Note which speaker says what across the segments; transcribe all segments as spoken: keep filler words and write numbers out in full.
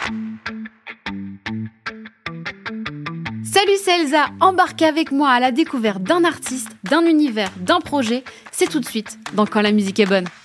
Speaker 1: Salut, c'est Elsa, embarquez avec moi à la découverte d'un artiste, d'un univers, d'un projet. C'est tout de suite dans Quand la musique est bonne.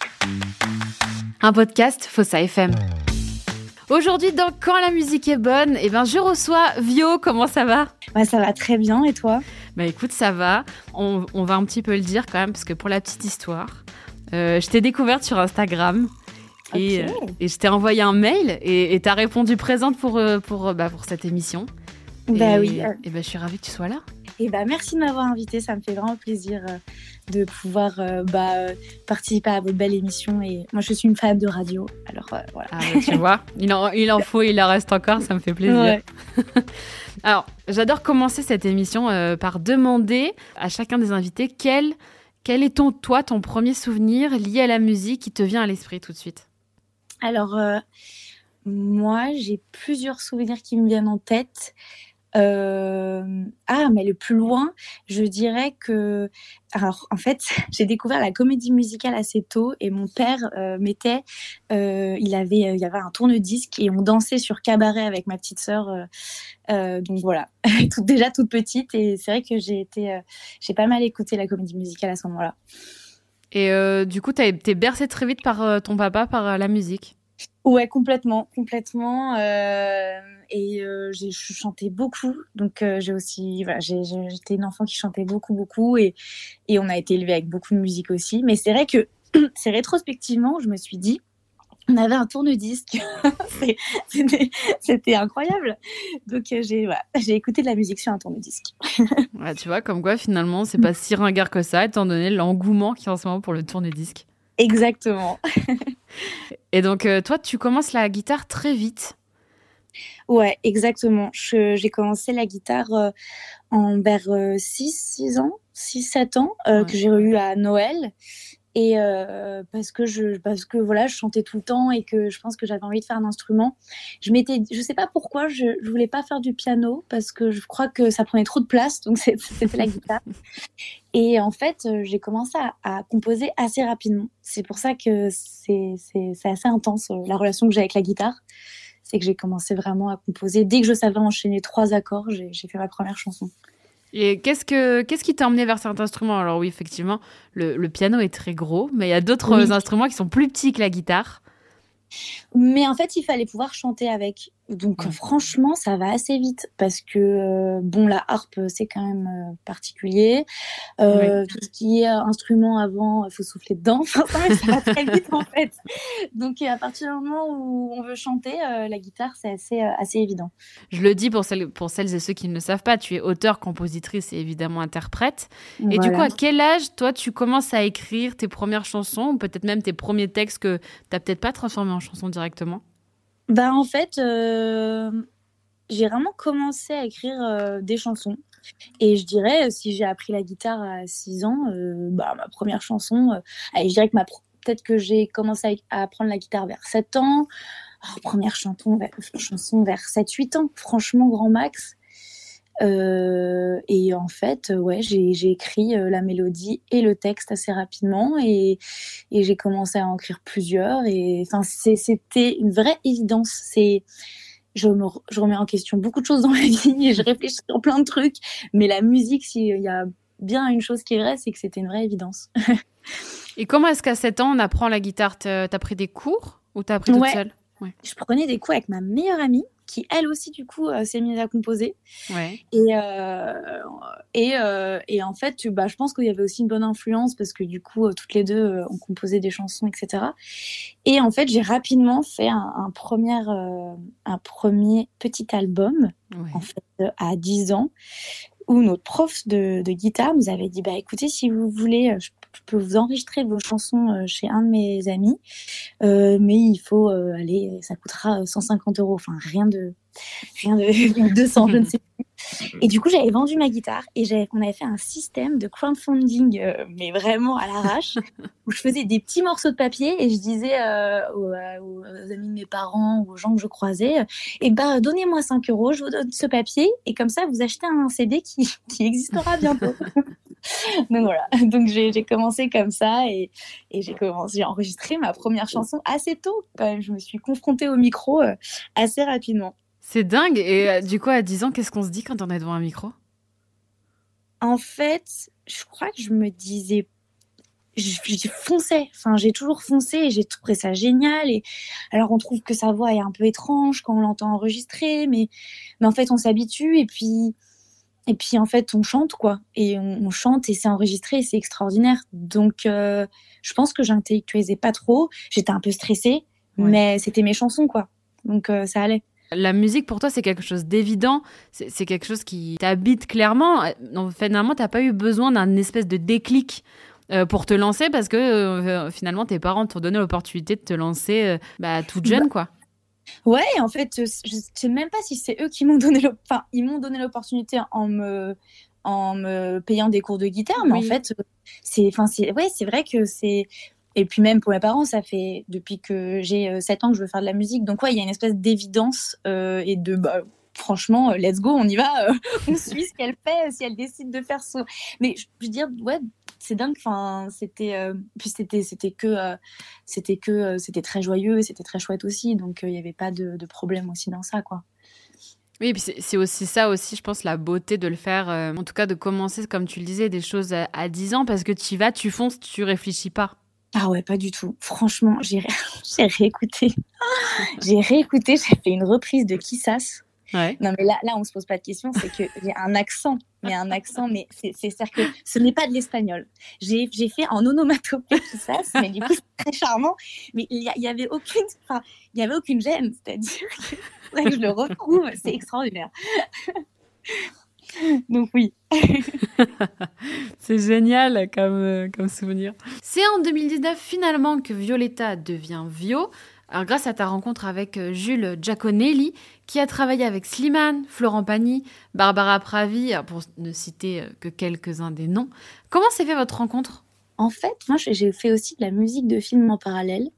Speaker 1: Un podcast Fossa F M. Aujourd'hui dans Quand la musique est bonne, eh ben, je reçois Vio, comment ça va ?
Speaker 2: Ouais, ça va très bien, et toi ?
Speaker 1: Bah écoute, ça va, on, on va un petit peu le dire quand même, parce que pour la petite histoire, euh, je t'ai découverte sur Instagram. Et, okay. euh, et je t'ai envoyé un mail et, et t'as répondu présente pour, euh, pour, bah, pour cette émission.
Speaker 2: Bah
Speaker 1: et,
Speaker 2: oui.
Speaker 1: Et bah, je suis ravie que tu sois là.
Speaker 2: Et bah, merci de m'avoir invitée, ça me fait vraiment plaisir euh, de pouvoir euh, bah, euh, participer à votre belle émission. Et moi, je suis une fan de radio, alors euh, voilà.
Speaker 1: Ah, bah, tu vois, il en, il en faut, il en reste encore, ça me fait plaisir.
Speaker 2: Ouais.
Speaker 1: Alors, j'adore commencer cette émission euh, par demander à chacun des invités quel, quel est ton, toi, ton premier souvenir lié à la musique qui te vient à l'esprit tout de suite.
Speaker 2: Alors, euh, moi, j'ai plusieurs souvenirs qui me viennent en tête. Euh... Ah, mais le plus loin, je dirais que... Alors, en fait, j'ai découvert la comédie musicale assez tôt et mon père euh, mettait... Euh, il, avait, euh, il y avait un tourne-disque et on dansait sur Cabaret avec ma petite sœur. Euh, euh, donc voilà, Tout, déjà toute petite. Et c'est vrai que j'ai, été, euh, j'ai pas mal écouté la comédie musicale à ce moment-là.
Speaker 1: Et euh, du coup, t'as été bercée très vite par euh, ton papa, par euh, la musique ?
Speaker 2: Ouais, complètement, complètement. Euh, et euh, j'ai je chantais beaucoup, donc euh, j'ai aussi, voilà, j'ai, j'ai, j'étais une enfant qui chantait beaucoup, beaucoup, et et on a été élevé avec beaucoup de musique aussi. Mais c'est vrai que c'est rétrospectivement, je me suis dit, on avait un tourne-disque, c'est, c'était, c'était incroyable. Donc euh, j'ai, voilà, j'ai écouté de la musique sur un tourne-disque.
Speaker 1: Ouais, tu vois, comme quoi finalement, c'est pas si ringard que ça, étant donné l'engouement qu'il y a en ce moment pour le tourne-disque.
Speaker 2: Exactement.
Speaker 1: Et donc, euh, toi, tu commences la guitare très vite.
Speaker 2: Ouais, exactement. Je, j'ai commencé la guitare euh, en vers euh, six, six ans, six, sept ans, euh, ouais. que j'ai eu à Noël. Et euh, parce que je, parce que voilà, je chantais tout le temps et que je pense que j'avais envie de faire un instrument. Je m'étais, je sais pas pourquoi, je, je voulais pas faire du piano parce que je crois que ça prenait trop de place, donc c'était la guitare. Et en fait, j'ai commencé à, à composer assez rapidement. C'est pour ça que c'est, c'est, c'est assez intense la relation que j'ai avec la guitare. C'est que j'ai commencé vraiment à composer dès que je savais enchaîner trois accords. J'ai, j'ai fait ma première chanson.
Speaker 1: Et qu'est-ce, que, qu'est-ce qui t'a emmené vers cet instrument ? Alors oui, effectivement, le, le piano est très gros, mais il y a d'autres oui. instruments qui sont plus petits que la guitare.
Speaker 2: Mais en fait, il fallait pouvoir chanter avec. Donc mmh. franchement, ça va assez vite parce que, euh, bon, la harpe, c'est quand même euh, particulier. Euh, oui. Tout ce qui est instrument avant, il faut souffler dedans. Enfin, ça va très vite en fait. Donc à partir du moment où on veut chanter, euh, la guitare, c'est assez, euh, assez évident.
Speaker 1: Je le dis pour celles, pour celles et ceux qui ne le savent pas, tu es auteure, compositrice et évidemment interprète. Voilà. Et du coup, à quel âge, toi, tu commences à écrire tes premières chansons, ou peut-être même tes premiers textes que tu n'as peut-être pas transformés en chansons directement ?
Speaker 2: Bah, en fait, euh, j'ai vraiment commencé à écrire euh, des chansons. Et je dirais, si j'ai appris la guitare à six ans, euh, bah, ma première chanson, euh, allez, je dirais que ma, peut-être que j'ai commencé à, à apprendre la guitare vers sept ans. Oh, première chanson, chanson vers sept huit ans, franchement, grand max. Euh, et en fait, ouais, j'ai, j'ai écrit euh, la mélodie et le texte assez rapidement et, et j'ai commencé à en écrire plusieurs. Et enfin, c'est, c'était une vraie évidence. C'est, je, me, je remets en question beaucoup de choses dans ma vie et je réfléchis sur plein de trucs. Mais la musique, s'il y a bien une chose qui est vraie, c'est que c'était une vraie évidence.
Speaker 1: Et comment est-ce qu'à sept ans, on apprend la guitare ? T'as, t'as pris des cours ou t'as appris toute
Speaker 2: ouais.
Speaker 1: seule ? Ouais.
Speaker 2: Je prenais des cours avec ma meilleure amie qui, elle aussi, du coup, euh, s'est mise à composer.
Speaker 1: Ouais.
Speaker 2: Et, euh, et, euh, et en fait, bah, je pense qu'il y avait aussi une bonne influence parce que, du coup, euh, toutes les deux, euh, on composait des chansons, et cetera. Et en fait, j'ai rapidement fait un, un, premier, euh, un premier petit album, ouais. en fait, euh, à dix ans, où notre prof de, de guitare nous avait dit, bah, écoutez, si vous voulez, je, je peux vous enregistrer vos chansons chez un de mes amis, euh, mais il faut euh, aller, ça coûtera cent cinquante euros, enfin rien de, rien de deux cents, je ne sais plus. Et du coup, j'avais vendu ma guitare et j'avais, on avait fait un système de crowdfunding, euh, mais vraiment à l'arrache, où je faisais des petits morceaux de papier et je disais euh, aux, aux, aux amis de mes parents ou aux gens que je croisais, et bah, donnez-moi cinq euros, je vous donne ce papier et comme ça, vous achetez un C D qui, qui existera bientôt. Donc voilà, donc j'ai, j'ai commencé comme ça et, et j'ai commencé, j'ai enregistré ma première chanson assez tôt quand même. Je me suis confrontée au micro euh, assez rapidement.
Speaker 1: C'est dingue. Et euh, du coup, à dix ans, qu'est-ce qu'on se dit quand on est devant un micro ?
Speaker 2: En fait, je crois que je me disais, je, je fonçais, enfin j'ai toujours foncé et j'ai trouvé ça génial. Et alors on trouve que sa voix est un peu étrange quand on l'entend enregistrer, mais, mais en fait on s'habitue et puis... Et puis en fait, on chante quoi, et on, on chante et c'est enregistré et c'est extraordinaire. Donc, euh, je pense que j'intellectualisais pas trop. J'étais un peu stressée,
Speaker 1: Ouais.
Speaker 2: mais c'était mes chansons quoi. Donc euh, ça allait.
Speaker 1: La musique, pour toi, c'est quelque chose d'évident, c'est, c'est quelque chose qui t'habite clairement. Donc, finalement, t'as pas eu besoin d'un espèce de déclic euh, pour te lancer parce que euh, finalement, tes parents t'ont donné l'opportunité de te lancer euh, bah, toute jeune,
Speaker 2: Bah,
Speaker 1: quoi.
Speaker 2: ouais, en fait, je sais même pas si c'est eux qui m'ont donné, l'op- enfin, ils m'ont donné l'opportunité en me, en me payant des cours de guitare, mais en
Speaker 1: Oui.
Speaker 2: fait, c'est, enfin, c'est, ouais, c'est vrai que c'est. Et puis même pour mes parents, ça fait depuis que j'ai euh, sept ans que je veux faire de la musique. Donc ouais, il y a une espèce d'évidence euh, et de bah, franchement, euh, let's go, on y va, euh, on suit ce qu'elle fait, si elle décide de faire son. Mais je veux dire, ouais, c'est dingue. Enfin, c'était, euh, puis c'était, c'était que, euh, c'était que, euh, c'était très joyeux, c'était très chouette aussi. Donc il euh, y avait pas de, de problème aussi dans ça, quoi.
Speaker 1: Oui, et puis c'est, c'est aussi ça aussi, je pense, la beauté de le faire, euh, en tout cas de commencer, comme tu le disais, des choses à, à dix ans, parce que tu y vas, tu fonces, tu réfléchis pas.
Speaker 2: Ah ouais, pas du tout. Franchement, j'ai, ré... j'ai réécouté. J'ai réécouté, j'ai fait une reprise de Kissas.
Speaker 1: Ouais.
Speaker 2: Non, mais là, là, on se pose pas de questions, c'est que j'ai un accent, mais un accent, mais c'est, c'est, c'est-à-dire que ce n'est pas de l'espagnol. J'ai, j'ai fait en onomatopée Kissas, mais du coup, c'est très charmant. Mais il y, a, il y avait aucune, enfin, il y avait aucune gêne, c'est-à-dire que, ouais, que je le retrouve, c'est extraordinaire. Donc oui.
Speaker 1: C'est génial comme, euh, comme souvenir. C'est en deux mille dix-neuf finalement que Violetta devient Vio. Alors, grâce à ta rencontre avec euh, Jules Giaconelli, qui a travaillé avec Slimane, Florent Pagny, Barbara Pravi, pour ne citer euh, que quelques-uns des noms. Comment s'est fait votre rencontre ?
Speaker 2: En fait, moi, j'ai fait aussi de la musique de film en parallèle.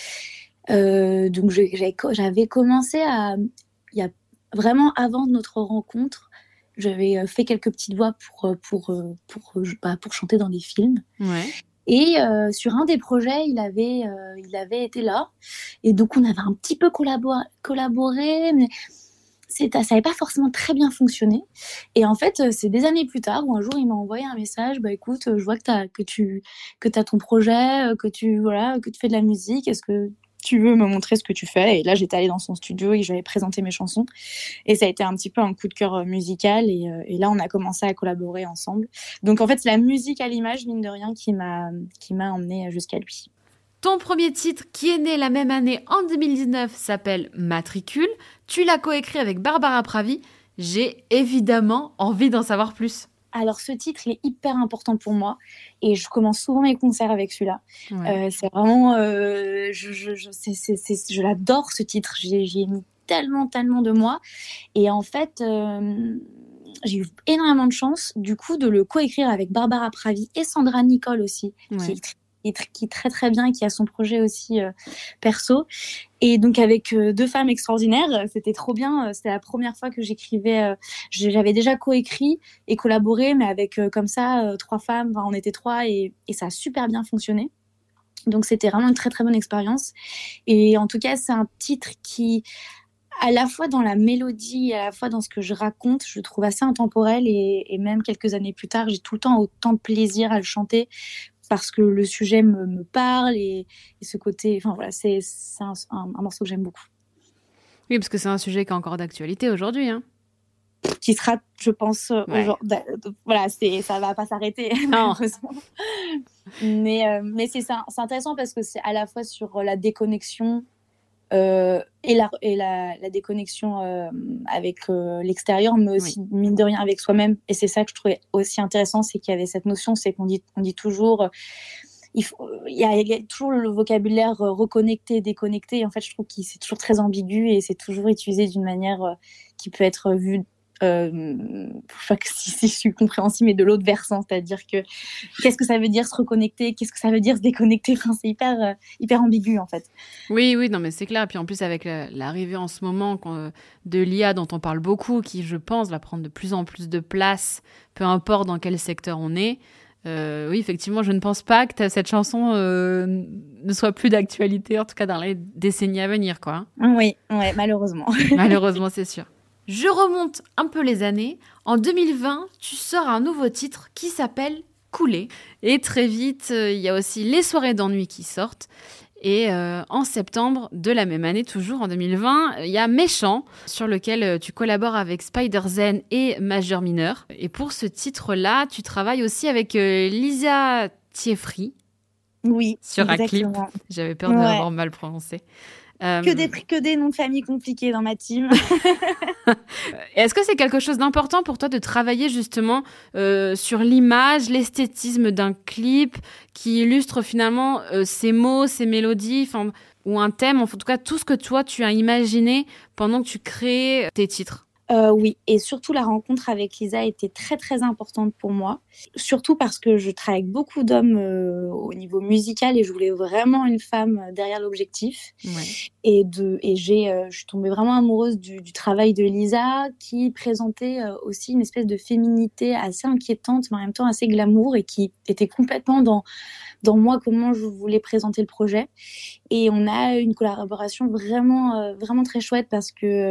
Speaker 2: Euh, donc, j'avais commencé à... Il y a vraiment avant notre rencontre, j'avais fait quelques petites voix pour, pour, pour, pour, bah, pour chanter dans des films.
Speaker 1: Ouais.
Speaker 2: Et euh, sur un des projets, il avait, euh, il avait été là. Et donc, on avait un petit peu collabor- collaboré, mais c'est, ça n'avait pas forcément très bien fonctionné. Et en fait, c'est des années plus tard où un jour, il m'a envoyé un message. Bah, écoute, je vois que, t'as, que tu que t'as ton projet, que tu, voilà, que tu fais de la musique. Est-ce que tu veux me montrer ce que tu fais ? Et là, j'étais allée dans son studio et j'avais présenté mes chansons. Et ça a été un petit peu un coup de cœur musical. Et, euh, et là, on a commencé à collaborer ensemble. Donc, en fait, c'est la musique à l'image, mine de rien, qui m'a, qui m'a emmenée jusqu'à lui.
Speaker 1: Ton premier titre, qui est né la même année en deux mille dix-neuf, s'appelle Matricule. Tu l'as coécrit avec Barbara Pravi. J'ai évidemment envie d'en savoir plus.
Speaker 2: Alors, ce titre, il est hyper important pour moi et je commence souvent mes concerts avec celui-là. Ouais. Euh, c'est vraiment... Euh, je, je, je, c'est, c'est, c'est, je l'adore, ce titre. J'y, j'y ai mis tellement, tellement de moi. Et en fait, euh, j'ai eu énormément de chance, du coup, de le coécrire avec Barbara Pravi et Sandra Nicole aussi, ouais. qui, est, qui, est, qui est très, très bien et qui a son projet aussi euh, perso. Et donc avec euh, deux femmes extraordinaires, c'était trop bien. C'était la première fois que j'écrivais. Euh, j'avais déjà coécrit et collaboré, mais avec euh, comme ça euh, trois femmes. Enfin, on était trois et, et ça a super bien fonctionné. Donc c'était vraiment une très très bonne expérience. Et en tout cas, c'est un titre qui, à la fois dans la mélodie, à la fois dans ce que je raconte, je le trouve assez intemporel. Et, et même quelques années plus tard, j'ai tout le temps autant de plaisir à le chanter, parce que le sujet me, me parle et, et ce côté, enfin voilà, c'est, c'est un, un, un morceau que j'aime beaucoup.
Speaker 1: Oui, parce que c'est un sujet qui est encore d'actualité aujourd'hui, hein.
Speaker 2: Qui sera, je pense, ouais. aujourd'hui, voilà, c'est, ça va pas s'arrêter, malheureusement. mais, euh, mais c'est ça, c'est intéressant parce que c'est à la fois sur la déconnexion euh, et, la, et la, la déconnexion euh, avec euh, l'extérieur, mais aussi, oui. mine de rien, avec soi-même. Et c'est ça que je trouvais aussi intéressant, c'est qu'il y avait cette notion, c'est qu'on dit, on dit toujours... Euh, il, faut, il, y a, il y a toujours le vocabulaire euh, reconnecté, déconnecté. Et en fait, je trouve que c'est toujours très ambigu et c'est toujours utilisé d'une manière euh, qui peut être vue Euh, je sais pas si, si je suis compréhensible, mais de l'autre versant, c'est-à-dire que qu'est-ce que ça veut dire se reconnecter, qu'est-ce que ça veut dire se déconnecter, enfin, c'est hyper, euh, hyper ambigu en fait.
Speaker 1: Oui, oui, non mais c'est clair. Et puis en plus avec la, l'arrivée en ce moment de l'I A dont on parle beaucoup, qui je pense va prendre de plus en plus de place, peu importe dans quel secteur on est. Euh, oui, effectivement, je ne pense pas que cette chanson euh, ne soit plus d'actualité, en tout cas dans les décennies à venir, quoi.
Speaker 2: Oui, ouais, malheureusement.
Speaker 1: Malheureusement, c'est sûr. Je remonte un peu les années. En deux mille vingt, tu sors un nouveau titre qui s'appelle Couler. Et très vite, il euh, y a aussi Les soirées d'ennui qui sortent. Et euh, en septembre de la même année, toujours en deux mille vingt, il y a Méchant, sur lequel euh, tu collabores avec Spider Zen et Majeur Mineur. Et pour ce titre-là, tu travailles aussi avec euh, Lisa Thieffry.
Speaker 2: Oui,
Speaker 1: sur
Speaker 2: exactement.
Speaker 1: un clip. J'avais peur de
Speaker 2: ouais.
Speaker 1: l'avoir mal prononcé.
Speaker 2: Euh... Que, des, que des noms de famille compliqués dans ma team.
Speaker 1: Est-ce que c'est quelque chose d'important pour toi de travailler justement euh, sur l'image, l'esthétisme d'un clip qui illustre finalement euh, ces mots, ces mélodies, ou un thème, en tout cas tout ce que toi tu as imaginé pendant que tu crées tes titres?
Speaker 2: Euh, oui, et surtout la rencontre avec Lisa était très très importante pour moi, surtout parce que je travaille avec beaucoup d'hommes euh, au niveau musical et je voulais vraiment une femme derrière l'objectif.
Speaker 1: Ouais.
Speaker 2: Et, de, et j'ai, euh, je suis tombée vraiment amoureuse du, du travail de Lisa qui présentait euh, aussi une espèce de féminité assez inquiétante mais en même temps assez glamour et qui était complètement dans... dans moi, comment je voulais présenter le projet. Et on a une collaboration vraiment, euh, vraiment très chouette parce que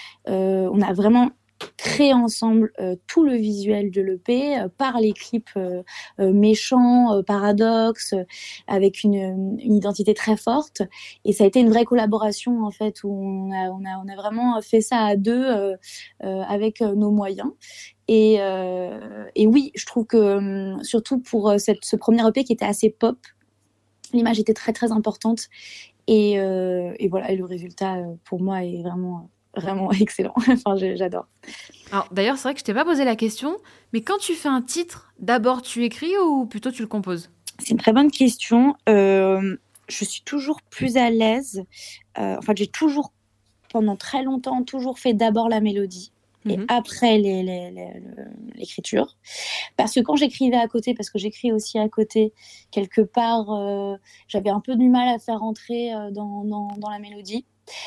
Speaker 2: euh, on a vraiment créé ensemble euh, tout le visuel de l'E P euh, par les clips euh, euh, méchants, euh, paradoxes, euh, avec une, une identité très forte. Et ça a été une vraie collaboration en fait où on a, on a, on a vraiment fait ça à deux euh, euh, avec euh, nos moyens. Et, euh, et oui, je trouve que euh, surtout pour cette, ce premier E P qui était assez pop, l'image était très très importante. Et, euh, et voilà, et le résultat pour moi est vraiment vraiment excellent. Enfin, j'adore.
Speaker 1: Alors d'ailleurs, c'est vrai que je t'ai pas posé la question, mais quand tu fais un titre, d'abord tu écris ou plutôt tu le composes?
Speaker 2: C'est une très bonne question. Euh, je suis toujours plus à l'aise. Euh, enfin, j'ai toujours, pendant très longtemps, toujours fait d'abord la mélodie. Et mmh. après les, les, les, l'écriture. Parce que quand j'écrivais à côté, parce que j'écris aussi à côté, quelque part, euh, j'avais un peu du mal à faire entrer euh, dans, dans, dans la mélodie.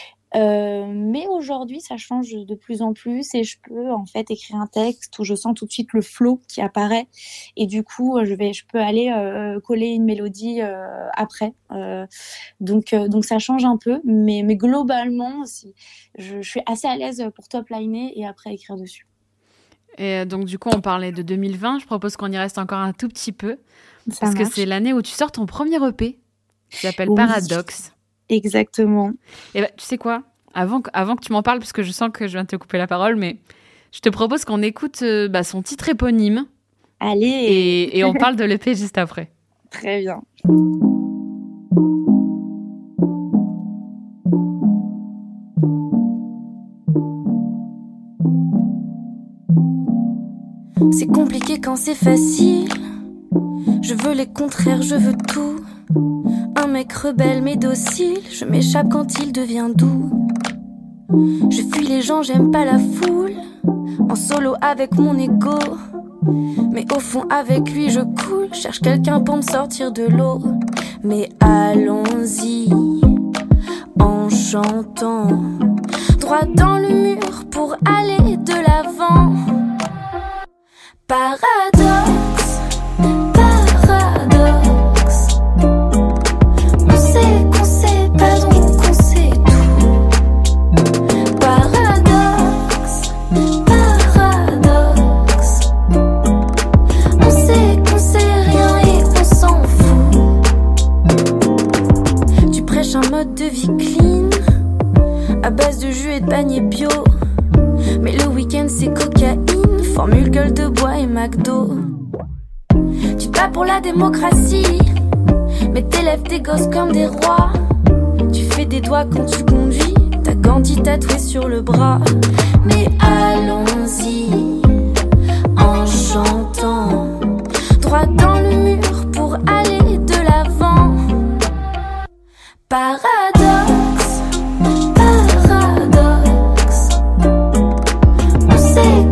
Speaker 2: Euh, mais aujourd'hui, ça change de plus en plus et je peux en fait écrire un texte où je sens tout de suite le flow qui apparaît et du coup, je vais, je peux aller euh, coller une mélodie euh, après. Euh, donc, euh, donc ça change un peu, mais, mais globalement, si, je, je suis assez à l'aise pour top-liner et après écrire dessus.
Speaker 1: Et donc du coup, on parlait de deux mille vingt. Je propose qu'on y reste encore un tout petit peu
Speaker 2: ça
Speaker 1: parce
Speaker 2: marche.
Speaker 1: Que c'est l'année où tu sors ton premier E P qui s'appelle oui. Paradoxe.
Speaker 2: Exactement.
Speaker 1: Et bah, tu sais quoi, avant que, avant que tu m'en parles, parce que je sens que je viens de te couper la parole, mais je te propose qu'on écoute euh, bah, son titre éponyme.
Speaker 2: Allez.
Speaker 1: Et, et on parle de l'E P juste après.
Speaker 2: Très bien.
Speaker 3: C'est compliqué quand c'est facile. Je veux les contraires, je veux tout. Un mec rebelle mais docile, je m'échappe quand il devient doux. Je fuis les gens, j'aime pas la foule. En solo avec mon ego, mais au fond avec lui je coule. Cherche quelqu'un pour me sortir de l'eau. Mais allons-y, en chantant, droit dans le mur pour aller de l'avant. Paradoxe, paradoxe. On sait qu'on sait pas donc on sait tout. Paradoxe, paradoxe. On sait qu'on sait rien et on s'en fout. Tu prêches un mode de vie clean, à base de jus et de panier bio. Mais le week-end c'est cocaïne, formule gueule de bois et McDo. Tu te bats pour la démocratie, mais t'élèves tes gosses comme des rois. Tu fais des doigts quand tu conduis, t'as Gandhi tatoué sur le bras. Mais allons-y, en chantant, droit dans le mur pour aller de l'avant. Paradoxe, paradoxe. On sait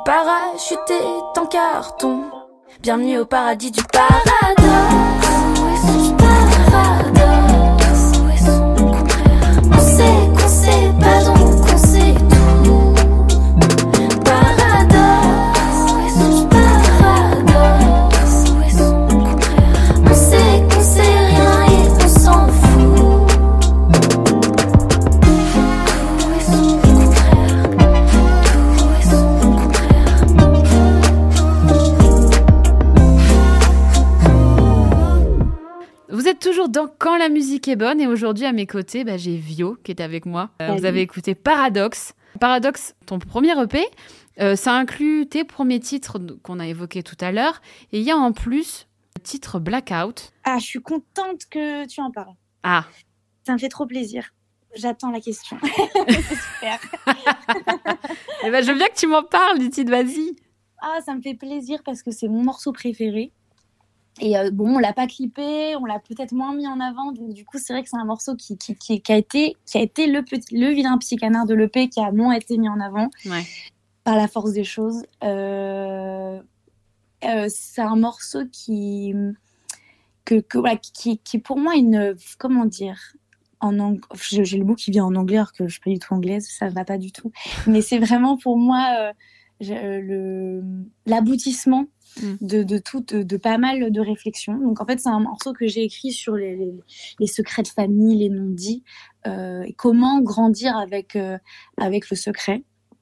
Speaker 3: Parachuté en carton, bienvenue au paradis du paradoxe. Où est son paradoxe? Où est son contraire? On sait qu'on sait pas donc on sait tout. Paradoxe, où est son paradoxe? Où est son contraire? On sait qu'on sait rien et on s'en fout. Où est son contraire? Où est son
Speaker 1: Vous êtes toujours dans Quand la musique est bonne et aujourd'hui à mes côtés, bah, j'ai Vio qui est avec moi. Euh, vous avez écouté Paradoxe. Paradoxe, ton premier E P, euh, ça inclut tes premiers titres qu'on a évoqués tout à l'heure et il y a en plus le titre Blackout.
Speaker 2: Ah, je suis contente que tu en parles.
Speaker 1: Ah.
Speaker 2: Ça me fait trop plaisir. J'attends la question. C'est super.
Speaker 1: Eh ben, je veux bien que tu m'en parles du titre, vas-y.
Speaker 2: Ah, ça me fait plaisir parce que c'est mon morceau préféré. Et euh, bon, on l'a pas clippé, on l'a peut-être moins mis en avant, donc du coup, c'est vrai que c'est un morceau qui, qui, qui, qui a été, qui a été le, petit, le vilain petit canard de l'E P, qui a moins été mis en avant
Speaker 1: ouais.
Speaker 2: par la force des choses. Euh, euh, c'est un morceau qui, que, que, voilà, qui, qui pour moi, une, comment dire, en ang... j'ai le mot qui vient en anglais alors que je ne suis pas du tout anglaise, ça ne va pas du tout. Mais c'est vraiment pour moi euh, le, l'aboutissement De, de tout, de, de pas mal de réflexions. Donc en fait, c'est un morceau que j'ai écrit sur les, les, les secrets de famille, les non-dits, euh, et comment grandir avec, euh, avec le secret.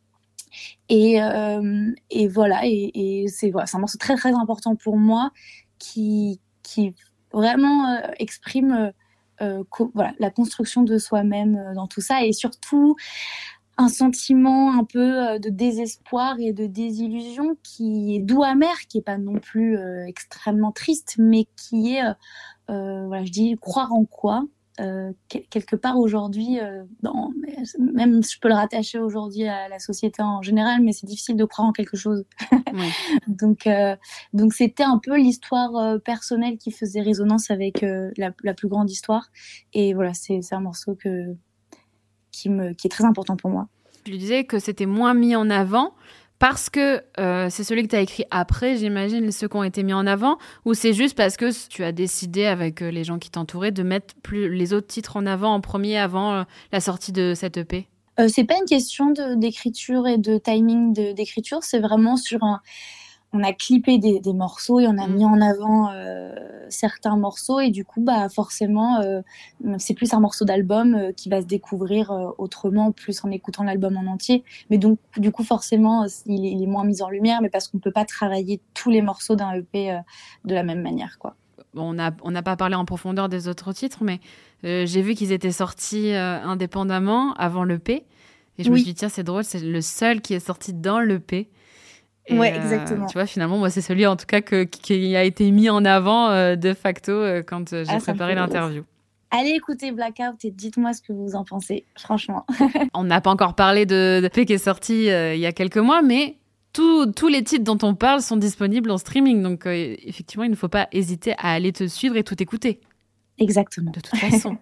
Speaker 2: Et, euh, et voilà, et, et c'est, voilà, c'est un morceau très très important pour moi qui, qui vraiment euh, exprime euh, co- voilà, la construction de soi-même euh, dans tout ça, et surtout un sentiment un peu de désespoir et de désillusion qui est doux amer, qui est pas non plus euh, extrêmement triste, mais qui est, euh, euh, voilà, je dis, croire en quoi, euh, quelque part aujourd'hui, euh, dans, même je peux le rattacher aujourd'hui à la société en général, mais c'est difficile de croire en quelque chose.
Speaker 1: Oui.
Speaker 2: donc, euh, donc c'était un peu l'histoire euh, personnelle qui faisait résonance avec euh, la, la plus grande histoire. Et voilà, c'est, c'est un morceau que Qui, me, qui est très important pour moi.
Speaker 1: Tu disais que c'était moins mis en avant parce que euh, c'est celui que tu as écrit après, j'imagine, ceux qui ont été mis en avant, ou c'est juste parce que tu as décidé avec euh, les gens qui t'entouraient de mettre plus les autres titres en avant en premier avant euh, la sortie de cette E P?
Speaker 2: euh, C'est pas une question de, d'écriture et de timing de, d'écriture, c'est vraiment sur un... On a clippé des, des morceaux et on a mmh. mis en avant euh, certains morceaux et du coup, bah, forcément, euh, c'est plus un morceau d'album euh, qui va se découvrir euh, autrement, plus en écoutant l'album en entier. Mais donc, du coup, forcément, il est, il est moins mis en lumière, mais parce qu'on ne peut pas travailler tous les morceaux d'un E P euh, de la même manière, quoi.
Speaker 1: Bon, on n'a on n'a pas parlé en profondeur des autres titres, mais euh, j'ai vu qu'ils étaient sortis euh, indépendamment avant l'E P. Et je oui. me suis dit, tiens, c'est drôle, c'est le seul qui est sorti dans l'E P. Et
Speaker 2: ouais, exactement.
Speaker 1: Euh, tu vois, finalement, moi, c'est celui, en tout cas, que, qui a été mis en avant euh, de facto euh, quand euh, j'ai ah, préparé l'interview. Ouf.
Speaker 2: Allez écouter Blackout et dites-moi ce que vous en pensez, franchement.
Speaker 1: On n'a pas encore parlé de, de P qui est sorti euh, il y a quelques mois, mais tous les titres dont on parle sont disponibles en streaming. Donc, euh, effectivement, il ne faut pas hésiter à aller te suivre et tout écouter.
Speaker 2: Exactement.
Speaker 1: De toute façon.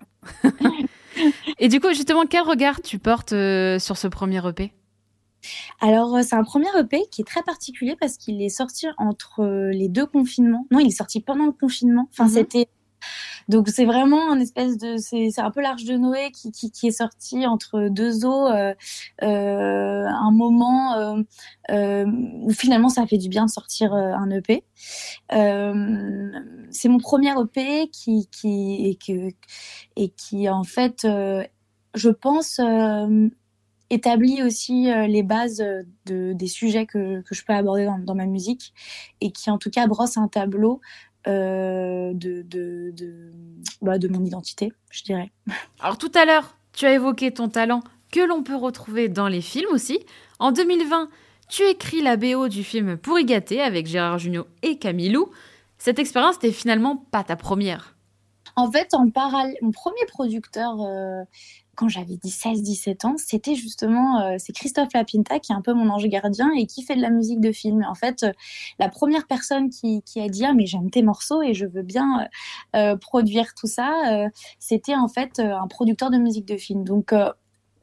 Speaker 1: Et du coup, justement, quel regard tu portes euh, sur ce premier E P ?
Speaker 2: Alors, c'est un premier E P qui est très particulier parce qu'il est sorti entre les deux confinements. Non, il est sorti pendant le confinement. Enfin, mm-hmm. c'était... Donc, c'est vraiment un espèce de... C'est, c'est un peu l'Arche de Noé qui, qui, qui est sorti entre deux eaux. Euh, euh, un moment euh, euh, où finalement, ça a fait du bien de sortir euh, un E P. Euh, c'est mon premier E P qui, qui, et, que, et qui, en fait, euh, je pense... Euh, établit aussi euh, les bases de, des sujets que, que je peux aborder dans, dans ma musique et qui en tout cas brosse un tableau euh, de, de, de, bah, de mon identité, je dirais.
Speaker 1: Alors tout à l'heure, tu as évoqué ton talent que l'on peut retrouver dans les films aussi. En deux mille vingt, tu écris la B O du film Pour y gâter avec Gérard Jugnot et Camille Lou. Cette expérience n'était finalement pas ta première.
Speaker 2: En fait, en parallèle, mon premier producteur... Euh, quand j'avais seize dix-sept ans, c'était justement euh, c'est Christophe Lapinta qui est un peu mon ange gardien et qui fait de la musique de film. En fait, euh, la première personne qui, qui a dit ah mais j'aime tes morceaux et je veux bien euh, produire tout ça, euh, c'était en fait euh, un producteur de musique de film. Donc euh,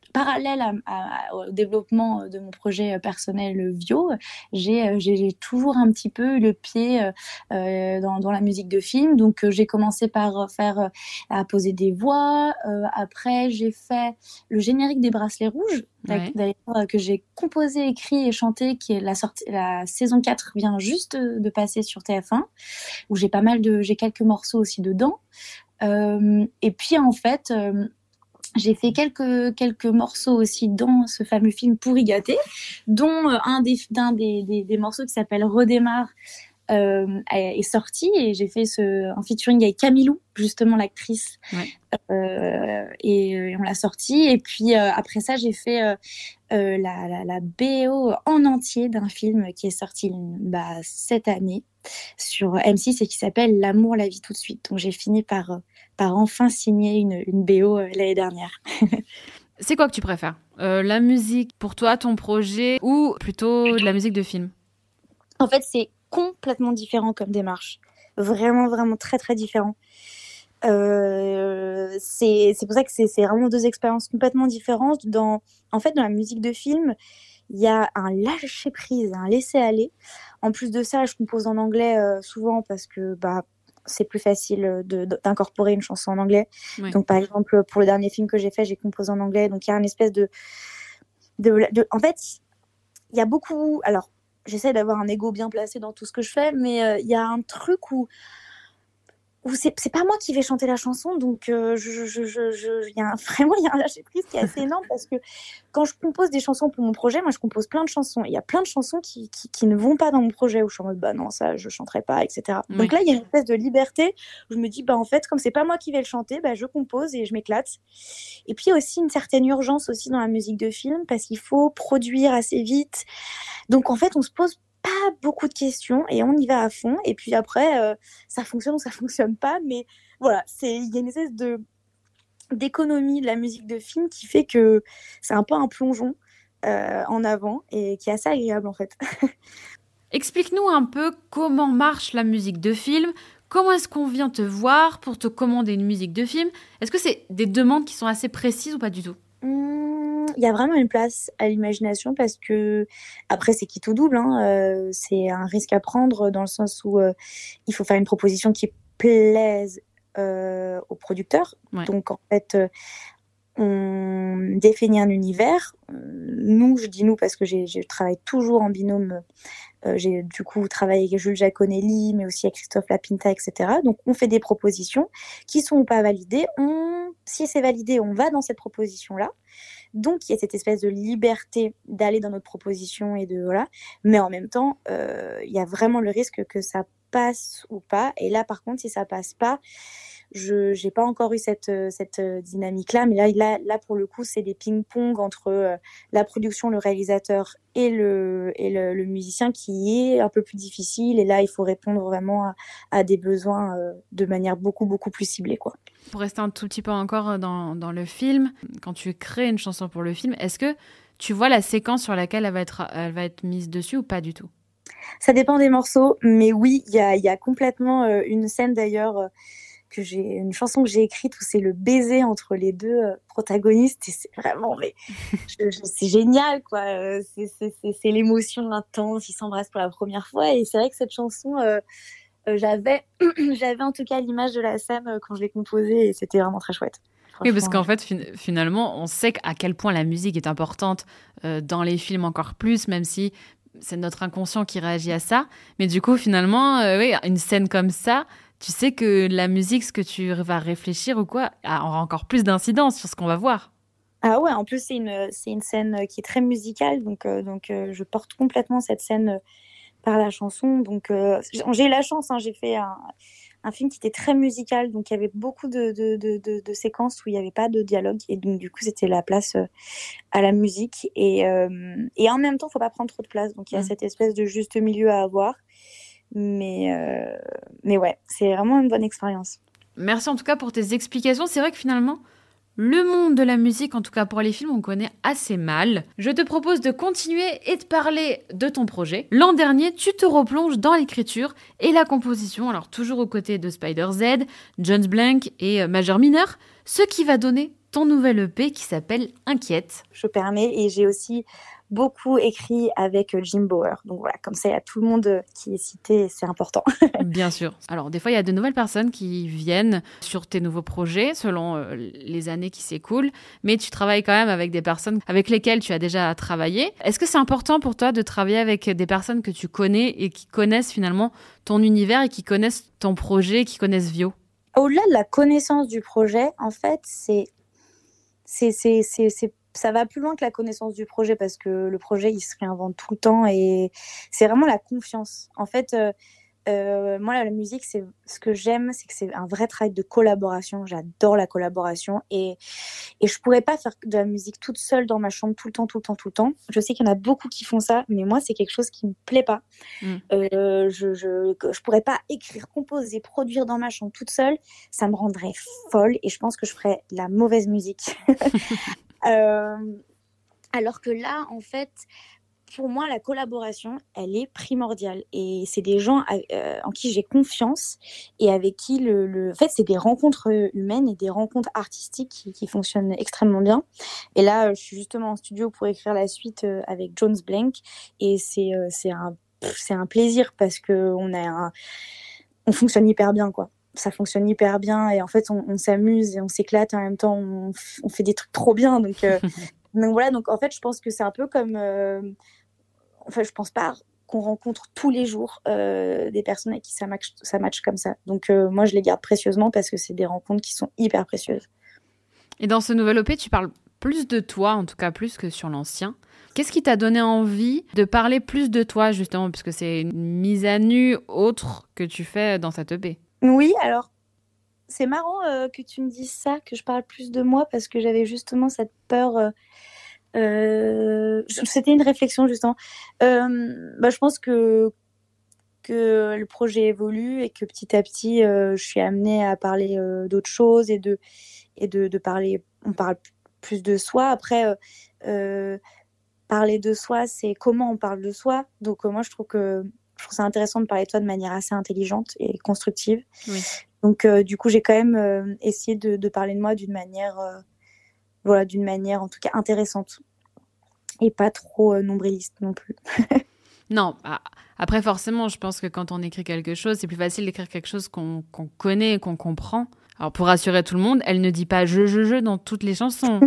Speaker 2: parallèle à, à, au développement de mon projet personnel Vio, j'ai, j'ai, j'ai toujours un petit peu eu le pied euh, dans, dans la musique de film. Donc euh, j'ai commencé par faire euh, à poser des voix. Euh, après j'ai fait le générique des Bracelets Rouges, ouais. d'ailleurs, que j'ai composé, écrit et chanté, qui est la sortie, la saison quatre vient juste de passer sur T F un, où j'ai pas mal de, j'ai quelques morceaux aussi dedans. Euh, et puis en fait. Euh, J'ai fait quelques, quelques morceaux aussi dans ce fameux film Pourri gâté, dont un des, d'un des, des, des morceaux qui s'appelle Redémarre euh, est sorti, et j'ai fait ce, un featuring avec Camilou, justement l'actrice, ouais. euh, et, et on l'a sorti. Et puis euh, après ça, j'ai fait euh, euh, la, la, la B O en entier d'un film qui est sorti bah, cette année sur M six et qui s'appelle L'amour, la vie tout de suite. Donc j'ai fini par... Euh, par enfin signer une, une B O euh, l'année dernière.
Speaker 1: C'est quoi que tu préfères euh, la musique pour toi, ton projet, ou plutôt de la musique de film?
Speaker 2: En fait, c'est complètement différent comme démarche. Vraiment, vraiment très, très différent. Euh, c'est, c'est pour ça que c'est, c'est vraiment deux expériences complètement différentes. Dans, en fait, dans la musique de film, il y a un lâcher-prise, un laisser-aller. En plus de ça, je compose en anglais euh, souvent parce que... bah, c'est plus facile de, de, d'incorporer une chanson en anglais. Oui. Donc, par exemple, pour le dernier film que j'ai fait, j'ai composé en anglais. Donc, il y a une espèce de... de, de en fait, il y a beaucoup... Alors, j'essaie d'avoir un ego bien placé dans tout ce que je fais, mais euh, il y a un truc où... où c'est, c'est pas moi qui vais chanter la chanson, donc euh, je, je, je, je, y a un, vraiment, il y a un lâcher-prise qui est assez énorme, parce que quand je compose des chansons pour mon projet, moi, je compose plein de chansons. Il y a plein de chansons qui, qui, qui ne vont pas dans mon projet, où je suis en mode, bah non, ça, je chanterai pas, et cetera. Oui. Donc là, il y a une espèce de liberté où je me dis, bah en fait, comme c'est pas moi qui vais le chanter, bah je compose et je m'éclate. Et puis, il y a aussi une certaine urgence aussi dans la musique de film, parce qu'il faut produire assez vite. Donc, en fait, on se pose pas beaucoup de questions et on y va à fond, et puis après euh, ça fonctionne ou ça fonctionne pas, mais voilà, c'est, il y a une espèce de d'économie de la musique de film qui fait que c'est un peu un plongeon euh, en avant, et qui est assez agréable en fait.
Speaker 1: Explique-nous un peu comment marche la musique de film. Comment est-ce qu'on vient te voir pour te commander une musique de film? Est-ce que c'est des demandes qui sont assez précises ou pas du tout?
Speaker 2: Il y a vraiment une place à l'imagination, parce que après c'est qui tout double, hein, euh, c'est un risque à prendre, dans le sens où euh, il faut faire une proposition qui plaise euh, aux producteurs. Ouais. Donc en fait euh, on définit un univers. Nous, je dis nous parce que j'ai, je travaille toujours en binôme. Euh, j'ai du coup travaillé avec Jules Giaconelli, mais aussi avec Christophe Lapinta, et cetera. Donc on fait des propositions qui sont ou pas validées. On, si c'est validé, on va dans cette proposition-là. Donc il y a cette espèce de liberté d'aller dans notre proposition et de voilà. Mais en même temps, euh, il y a vraiment le risque que ça passe ou pas. Et là, par contre, si ça passe pas, je j'ai pas encore eu cette cette dynamique là, mais là là là pour le coup, c'est des ping-pong entre euh, la production, le réalisateur et le et le, le musicien, qui est un peu plus difficile, et là il faut répondre vraiment à, à des besoins euh, de manière beaucoup beaucoup plus ciblée, quoi.
Speaker 1: Pour rester un tout petit peu encore dans dans le film, quand tu crées une chanson pour le film, est-ce que tu vois la séquence sur laquelle elle va être elle va être mise dessus ou pas du tout?
Speaker 2: Ça dépend des morceaux, mais oui, il y a il y a complètement euh, une scène d'ailleurs euh, que j'ai, une chanson que j'ai écrite où c'est le baiser entre les deux euh, protagonistes, et c'est vraiment, mais je, je, c'est génial, quoi. Euh, c'est, c'est, c'est, c'est l'émotion intense, ils s'embrassent pour la première fois, et c'est vrai que cette chanson, euh, euh, j'avais, j'avais en tout cas l'image de la scène euh, quand je l'ai composée, et c'était vraiment très chouette.
Speaker 1: Oui, parce qu'en fait, fin- finalement, on sait à quel point la musique est importante euh, dans les films, encore plus, même si c'est notre inconscient qui réagit à ça. Mais du coup, finalement, euh, oui, une scène comme ça, tu sais que la musique, ce que tu vas réfléchir ou quoi, aura encore plus d'incidence sur ce qu'on va voir.
Speaker 2: Ah ouais, en plus, c'est une, c'est une scène qui est très musicale, donc, euh, donc euh, je porte complètement cette scène euh, par la chanson. Donc, euh, j'ai eu la chance, hein, j'ai fait un, un film qui était très musical, donc il y avait beaucoup de, de, de, de, de séquences où il n'y avait pas de dialogue, et donc du coup, c'était la place euh, à la musique. Et, euh, et en même temps, il ne faut pas prendre trop de place, donc il y a mmh. cette espèce de juste milieu à avoir. Mais, euh, mais ouais, c'est vraiment une bonne expérience.
Speaker 1: Merci en tout cas pour tes explications. C'est vrai que finalement, le monde de la musique, en tout cas pour les films, on connaît assez mal. Je te propose de continuer et de parler de ton projet. L'an dernier, tu te replonges dans l'écriture et la composition, alors toujours aux côtés de Spider Z, Jones Blank et Major Minor, ce qui va donner ton nouvel E P qui s'appelle Inquiète.
Speaker 2: Je permets, et j'ai aussi beaucoup écrit avec Jim Bauer. Donc voilà, comme ça, il y a tout le monde qui est cité, c'est important.
Speaker 1: Bien sûr. Alors, des fois, il y a de nouvelles personnes qui viennent sur tes nouveaux projets selon euh, les années qui s'écoulent, mais tu travailles quand même avec des personnes avec lesquelles tu as déjà travaillé. Est-ce que c'est important pour toi de travailler avec des personnes que tu connais et qui connaissent finalement ton univers et qui connaissent ton projet, qui connaissent Vio?
Speaker 2: Au-delà de la connaissance du projet, en fait, c'est, c'est, c'est, c'est, c'est ça va plus loin que la connaissance du projet parce que le projet, il se réinvente tout le temps et c'est vraiment la confiance. En fait, euh, euh, moi, la, la musique, c'est, ce que j'aime, c'est que c'est un vrai travail de collaboration. J'adore la collaboration et, et je pourrais pas faire de la musique toute seule dans ma chambre tout le temps, tout le temps, tout le temps. Je sais qu'il y en a beaucoup qui font ça, mais moi, c'est quelque chose qui me plaît pas. Mm. Euh, je, je, je pourrais pas écrire, composer, produire dans ma chambre toute seule. Ça me rendrait folle et je pense que je ferais de la mauvaise musique. Euh, alors que là, en fait, pour moi, la collaboration, elle est primordiale. Et c'est des gens euh, en qui j'ai confiance et avec qui, le, le... en fait, c'est des rencontres humaines et des rencontres artistiques qui, qui fonctionnent extrêmement bien. Et là, je suis justement en studio pour écrire la suite euh, avec Jones Blank. Et c'est, euh, c'est, un, c'est un plaisir parce qu'on a un... on fonctionne hyper bien, quoi. Ça fonctionne hyper bien et en fait on, on s'amuse et on s'éclate et en même temps on, on fait des trucs trop bien donc, euh, donc voilà, donc en fait je pense que c'est un peu comme euh, enfin je pense pas qu'on rencontre tous les jours euh, des personnes avec qui ça match, ça match comme ça, donc euh, moi je les garde précieusement parce que c'est des rencontres qui sont hyper précieuses.
Speaker 1: Et dans ce nouvel O P tu parles plus de toi, en tout cas plus que sur l'ancien. Qu'est-ce qui t'a donné envie de parler plus de toi justement, puisque c'est une mise à nu autre que tu fais dans cette E P?
Speaker 2: Oui, alors c'est marrant euh, que tu me dises ça, que je parle plus de moi, parce que j'avais justement cette peur. Euh, euh, c'était une réflexion justement. Euh, bah, je pense que que le projet évolue et que petit à petit, euh, je suis amenée à parler euh, d'autres choses et de et de, de parler. On parle plus de soi. Après, euh, euh, parler de soi, c'est comment on parle de soi. Donc euh, moi, je trouve que je trouve ça intéressant de parler de toi de manière assez intelligente et constructive. Oui. Donc, euh, du coup, j'ai quand même euh, essayé de, de parler de moi d'une manière, euh, voilà, d'une manière en tout cas intéressante et pas trop euh, nombriliste non plus.
Speaker 1: Non, bah, après forcément, je pense que quand on écrit quelque chose, c'est plus facile d'écrire quelque chose qu'on, qu'on connaît et qu'on comprend. Alors, pour rassurer tout le monde, elle ne dit pas « je, je, je » dans toutes les chansons.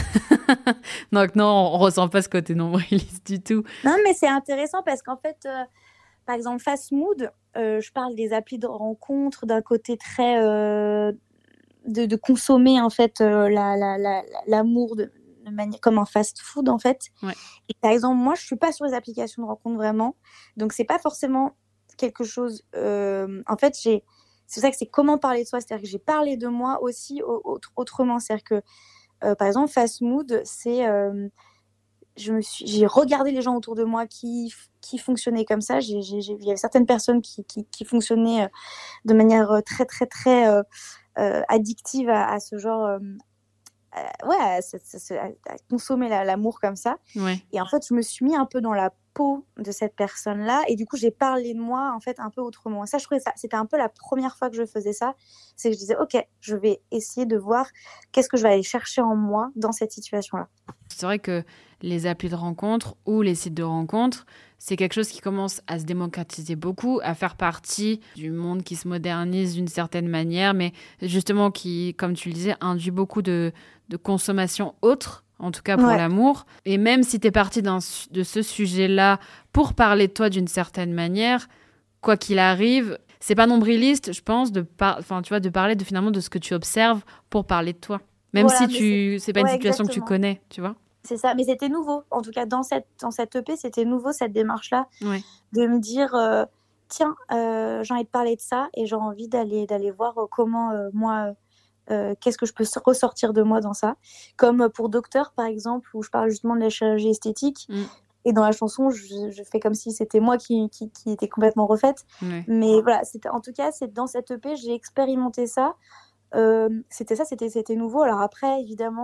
Speaker 1: Donc non, on ressent pas ce côté nombriliste du tout.
Speaker 2: Non, mais c'est intéressant parce qu'en fait... Euh, par exemple, Fast Mood, euh, je parle des applis de rencontre, d'un côté très euh, de, de consommer en fait euh, la, la, la, l'amour de, de manière comme un fast-food en fait. Ouais. Et par exemple, moi, je suis pas sur les applications de rencontre vraiment, donc c'est pas forcément quelque chose. Euh, en fait, j'ai, c'est ça que c'est comment parler de soi, c'est-à-dire que j'ai parlé de moi aussi autre, autrement, c'est-à-dire que euh, par exemple, Fast Mood, c'est euh, je me suis, j'ai regardé les gens autour de moi qui, qui fonctionnaient comme ça. J'ai, j'ai, j'ai, il y avait certaines personnes qui, qui, qui fonctionnaient de manière très, très, très euh, euh, addictive à, à ce genre, euh, à, ouais, à, à, à consommer la, l'amour comme ça. Ouais. Et en fait, je me suis mis un peu dans la peau de cette personne-là. Et du coup, j'ai parlé de moi, en fait, un peu autrement. Et ça, je trouvais ça, c'était un peu la première fois que je faisais ça. C'est que je disais, OK, je vais essayer de voir qu'est-ce que je vais aller chercher en moi dans cette situation-là.
Speaker 1: C'est vrai que les applis de rencontres ou les sites de rencontres, c'est quelque chose qui commence à se démocratiser beaucoup, à faire partie du monde qui se modernise d'une certaine manière, mais justement qui, comme tu le disais, induit beaucoup de, de consommation autre, en tout cas pour ouais. l'amour. Et même si tu es partie d'un, de ce sujet-là pour parler de toi d'une certaine manière, quoi qu'il arrive, c'est pas nombriliste, je pense, de, par... enfin, tu vois, de parler de, finalement de ce que tu observes pour parler de toi. Même voilà, si tu... c'est... c'est pas ouais, une situation exactement. Que tu connais, tu vois.
Speaker 2: C'est ça, mais c'était nouveau. En tout cas, dans cette, dans cette E P, c'était nouveau, cette démarche-là, ouais. de me dire, euh, tiens, euh, j'ai envie de parler de ça et j'ai envie d'aller, d'aller voir comment, euh, moi, euh, qu'est-ce que je peux ressortir de moi dans ça. Comme pour Docteur, par exemple, où je parle justement de la chirurgie esthétique. Mm. Et dans la chanson, je, je fais comme si c'était moi qui, qui, qui était complètement refaite. Ouais. Mais voilà, c'était, en tout cas, c'est, dans cette E P, j'ai expérimenté ça. Euh, c'était ça, c'était, c'était nouveau. Alors après, évidemment...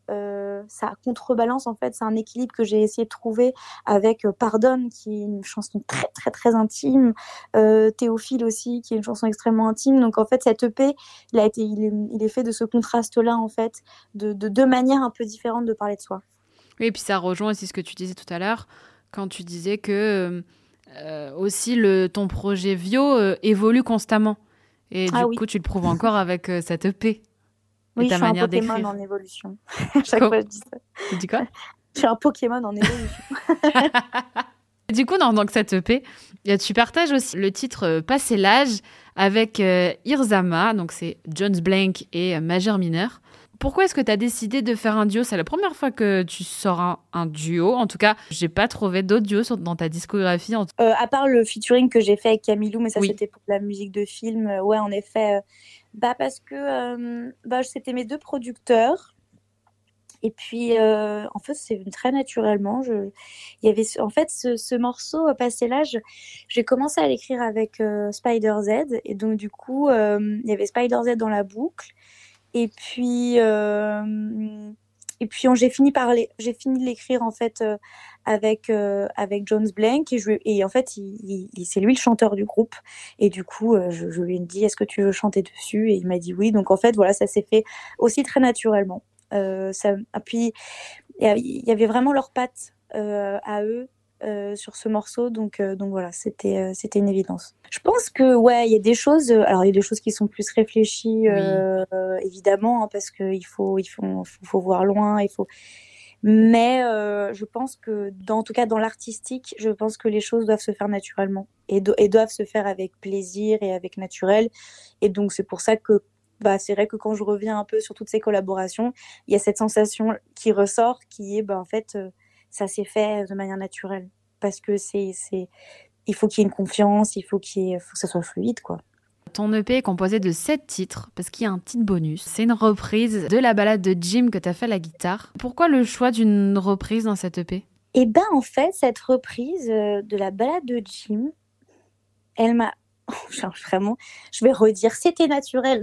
Speaker 2: euh, ça contrebalance, en fait, c'est un équilibre que j'ai essayé de trouver avec euh, Pardonne, qui est une chanson très très très intime, euh, Théophile aussi, qui est une chanson extrêmement intime. Donc en fait, cette E P, il a été, il est, il est fait de ce contraste-là, en fait, de, de deux manières un peu différentes de parler de soi.
Speaker 1: Oui, et puis ça rejoint aussi ce que tu disais tout à l'heure, quand tu disais que euh, aussi le, ton projet Vio euh, évolue constamment. Et
Speaker 2: Ah
Speaker 1: du
Speaker 2: oui.
Speaker 1: coup, tu le prouves encore avec euh, cette E P. Et
Speaker 2: Oui,
Speaker 1: ta
Speaker 2: je suis un
Speaker 1: manière
Speaker 2: Pokémon
Speaker 1: d'écrire.
Speaker 2: en évolution. À chaque
Speaker 1: Quoi
Speaker 2: fois, je dis ça.
Speaker 1: Tu dis quoi?
Speaker 2: Je suis un Pokémon en évolution.
Speaker 1: Du coup, dans, dans cette E P, tu partages aussi le titre euh, Passer l'âge avec euh, Irzama, donc c'est Jones Blank et euh, Majeur Mineur. Pourquoi est-ce que tu as décidé de faire un duo? C'est la première fois que tu sors un, un duo. En tout cas, j'ai pas trouvé d'autres duos sur, dans ta discographie. En...
Speaker 2: Euh, à part le featuring que j'ai fait avec Camilou, mais ça
Speaker 1: Oui.
Speaker 2: c'était pour la musique de film. Euh, ouais, en effet. Euh, bah parce que euh, bah, c'était mes deux producteurs. Et puis, euh, en fait, c'est très naturellement. Je... Il y avait, en fait, ce, ce morceau, euh, Passer l'âge, j'ai commencé à l'écrire avec euh, Spider Z. Et donc, du coup, euh, il y avait Spider Z dans la boucle. Et puis, euh, et puis on, j'ai fini par les, j'ai fini de l'écrire en fait euh, avec euh, avec Jones Blank et, je, et en fait il, il, c'est lui le chanteur du groupe et du coup euh, je, je lui ai dit est-ce que tu veux chanter dessus et il m'a dit oui, donc en fait voilà, ça s'est fait aussi très naturellement. Euh, ça, et puis il y avait vraiment leurs pattes euh, à eux. Euh, sur ce morceau, donc euh, donc voilà, c'était euh, c'était une évidence. Je pense que ouais, il y a des choses. Euh, alors il y a des choses qui sont plus réfléchies, euh, oui. évidemment, hein, parce que il faut il faut, faut faut voir loin, il faut. Mais euh, je pense que dans en tout cas dans l'artistique, je pense que les choses doivent se faire naturellement et, do- et doivent se faire avec plaisir et avec naturel. Et donc c'est pour ça que bah c'est vrai que quand je reviens un peu sur toutes ces collaborations, il y a cette sensation qui ressort, qui est bah en fait euh, ça s'est fait de manière naturelle parce que c'est c'est il faut qu'il y ait une confiance, il faut qu'il y ait, faut que ça soit fluide quoi.
Speaker 1: Ton E P est composé de sept titres parce qu'il y a un petit bonus. C'est une reprise de la balade de Jim que tu as fait à la guitare. Pourquoi le choix d'une reprise dans cette E P?
Speaker 2: Eh ben en fait cette reprise de la balade de Jim, elle m'a oh, vraiment, je vais redire, c'était naturel.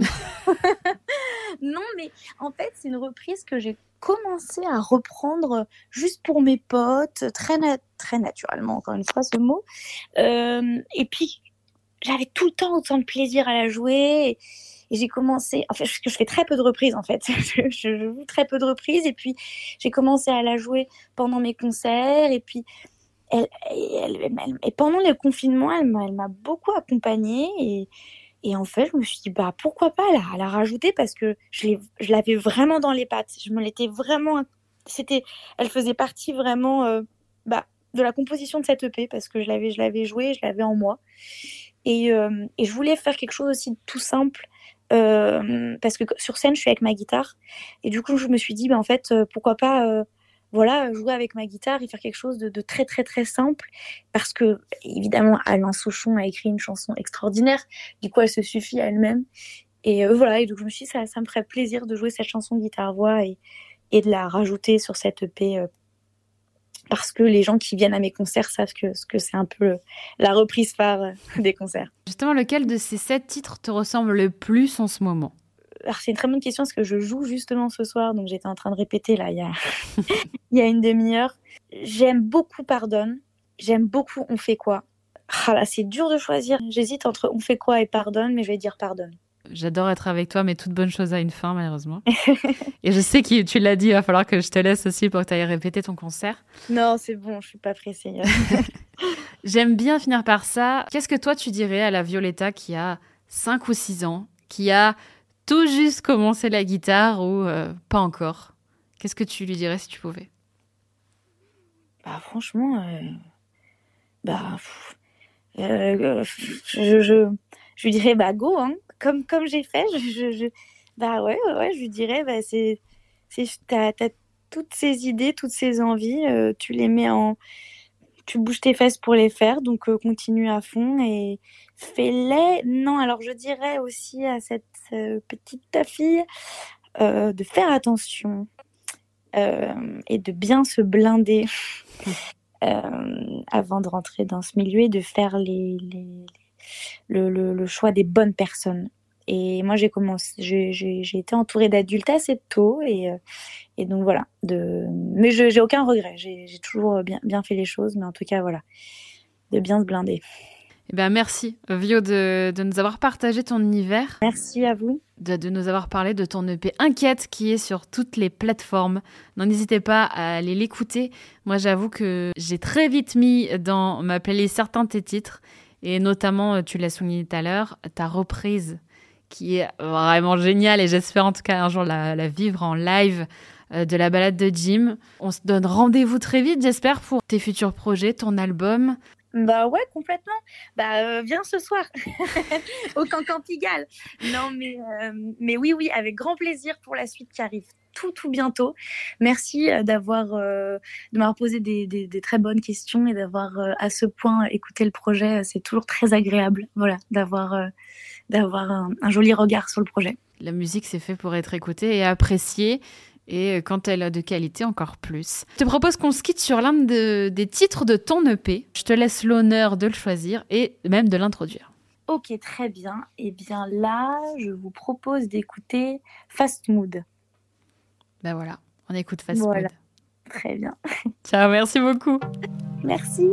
Speaker 2: Non, mais en fait, c'est une reprise que j'ai commencé à reprendre juste pour mes potes, très, na- très naturellement, encore une fois, ce mot. Euh, et puis, j'avais tout le temps autant de plaisir à la jouer. Et, et j'ai commencé, en fait, je, je fais très peu de reprises, en fait. je, je joue très peu de reprises. Et puis, j'ai commencé à la jouer pendant mes concerts. Et puis, elle, elle, elle, elle, et pendant le confinement, elle m'a, elle m'a beaucoup accompagnée. Et, et en fait, je me suis dit, bah, pourquoi pas la, la rajouter parce que je, l'ai, je l'avais vraiment dans les pattes. Je me l'étais vraiment. C'était, elle faisait partie vraiment euh, bah, de la composition de cette E P parce que je l'avais, je l'avais jouée, je l'avais en moi. Et, euh, et je voulais faire quelque chose aussi de tout simple euh, parce que sur scène, je suis avec ma guitare. Et du coup, je me suis dit, bah, en fait, euh, pourquoi pas. Euh, voilà, jouer avec ma guitare et faire quelque chose de, de très très très simple parce que évidemment Alain Souchon a écrit une chanson extraordinaire, du coup elle se suffit à elle-même et euh, voilà, et donc je me suis dit ça, ça me ferait plaisir de jouer cette chanson guitare-voix et, et de la rajouter sur cette E P euh, parce que les gens qui viennent à mes concerts savent que, que c'est un peu la reprise phare des concerts.
Speaker 1: Justement, lequel de ces sept titres te ressemble le plus en ce moment?
Speaker 2: Alors, c'est une très bonne question parce que je joue justement ce soir, donc j'étais en train de répéter là il y a, il y a une demi-heure. J'aime beaucoup Pardonne, j'aime beaucoup On fait quoi. Ah là, c'est dur de choisir. J'hésite entre On fait quoi et Pardonne, mais je vais dire Pardonne.
Speaker 1: J'adore être avec toi, mais toute bonne chose a une fin, malheureusement. Et je sais que tu l'as dit, il va falloir que je te laisse aussi pour que tu ailles répéter ton concert.
Speaker 2: Non, c'est bon, je suis pas pressée.
Speaker 1: J'aime bien finir par ça. Qu'est-ce que toi, tu dirais à la Violetta qui a cinq ou six ans, qui a tout juste commencé la guitare ou euh, pas encore? Qu'est-ce que tu lui dirais si tu pouvais?
Speaker 2: Bah franchement, euh... bah euh, je, je, je lui dirais bah go, hein, comme comme j'ai fait. Je, je, je... Bah ouais, ouais, ouais, je lui dirais bah c'est, c'est t'as, t'as toutes ces idées, toutes ces envies, euh, tu les mets en, tu bouges tes fesses pour les faire, donc euh, continue à fond et fais-les. Non, alors je dirais aussi à cette euh, petite ta fille euh, de faire attention euh, et de bien se blinder euh, avant de rentrer dans ce milieu et de faire les, les, le, le, le choix des bonnes personnes. et moi, j'ai commencé, j'ai, j'ai, j'ai été entourée d'adultes assez tôt, et, et donc voilà. De... Mais je, j'ai aucun regret. J'ai, j'ai toujours bien, bien fait les choses, mais en tout cas, voilà, de bien se blinder.
Speaker 1: Eh bien, merci, Vio, de, de nous avoir partagé ton univers.
Speaker 2: Merci à vous.
Speaker 1: De, de nous avoir parlé de ton E P Inquiète qui est sur toutes les plateformes. Non, n'hésitez pas à aller l'écouter. Moi, j'avoue que j'ai très vite mis dans ma playlist certains de tes titres, et notamment, tu l'as souligné tout à l'heure, ta reprise qui est vraiment géniale, et j'espère en tout cas un jour la, la vivre en live, euh, de la balade de Jim. On se donne rendez-vous très vite, j'espère, pour tes futurs projets, ton album.
Speaker 2: Bah ouais, complètement. Bah euh, viens ce soir au Cancan Pigalle. Non mais euh, mais oui oui, avec grand plaisir pour la suite qui arrive tout tout bientôt. Merci d'avoir euh, de m'avoir posé des, des des très bonnes questions, et d'avoir euh, à ce point écouté le projet. C'est toujours très agréable, voilà, d'avoir euh, d'avoir un, un joli regard sur le projet.
Speaker 1: La musique, c'est fait pour être écoutée et appréciée. Et quand elle est de qualité, encore plus. Je te propose qu'on se quitte sur l'un de, des titres de ton E P. Je te laisse l'honneur de le choisir et même de l'introduire.
Speaker 2: Ok, très bien. Et bien là, je vous propose d'écouter Fast Mood.
Speaker 1: Ben voilà, on écoute Fast
Speaker 2: voilà.
Speaker 1: Mood.
Speaker 2: Très bien.
Speaker 1: Ciao, merci beaucoup.
Speaker 2: Merci.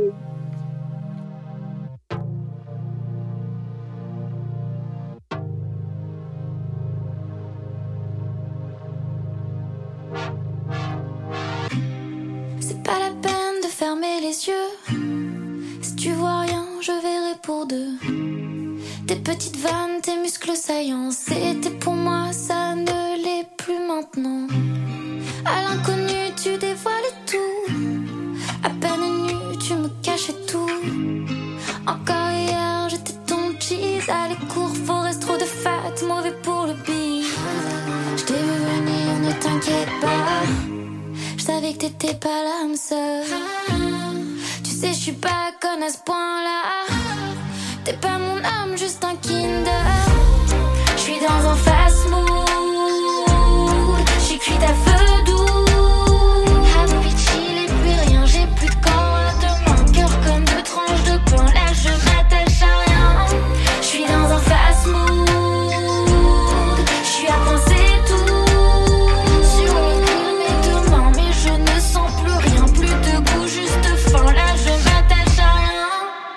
Speaker 3: Pas la peine de fermer les yeux. Si tu vois rien, je verrai pour deux. Tes petites vannes, tes muscles saillants, c'était pour moi, ça ne l'est plus maintenant. À l'inconnu, tu dévoilais tout. À peine nu, tu me cachais tout. Encore hier, j'étais ton cheese. À les cours, faut rester trop de fat, mauvais pour le beat. Je t'ai vu venir, ne t'inquiète pas. Je savais que t'étais pas l'âme sœur. Tu sais, je suis pas conne à ce point-là. T'es pas mon âme, juste un Kinder. Je suis dans un fast mood. J'ai cuit à feu doux. Avicii, il est plus rien. J'ai plus de camp à demain. Cœur comme deux tranches de pain. Là, je m'attache à rien. Je suis dans un fast mood. Je suis à penser tout. Sur le cœur, mes deux mains. Mais je ne sens plus rien. Plus de goût, juste faim. Là, je m'attache à rien.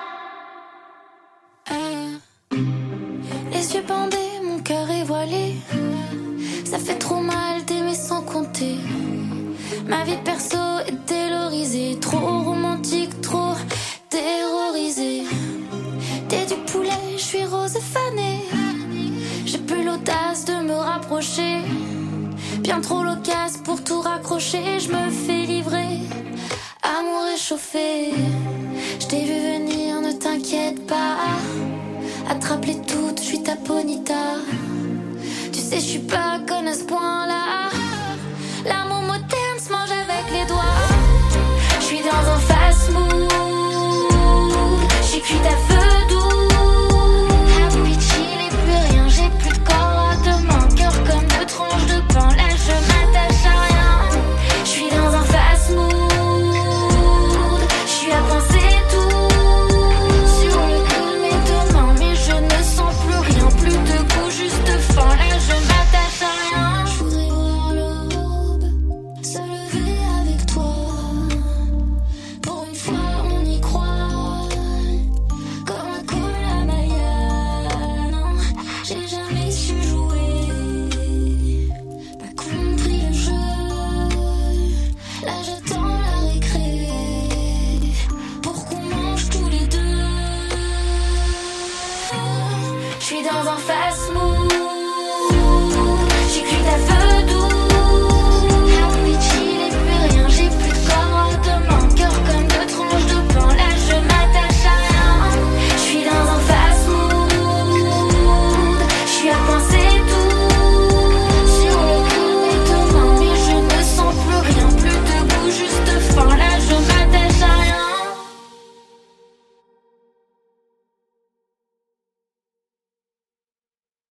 Speaker 3: Euh, les yeux bandés, mon cœur est voilé. Ça fait trop mal d'aimer sans compter. Ma vie perso est terrorisée. Trop romantique, trop terrorisée. T'es du poulet, je suis rose fanée. J'ai plus l'audace de me rapprocher. Bien trop loquace pour tout raccrocher. Je me fais livrer, amour réchauffé. Je t'ai vu venir, ne t'inquiète pas. Attrape les toutes, je suis ta bonita. Tu sais, je suis pas conne à ce point.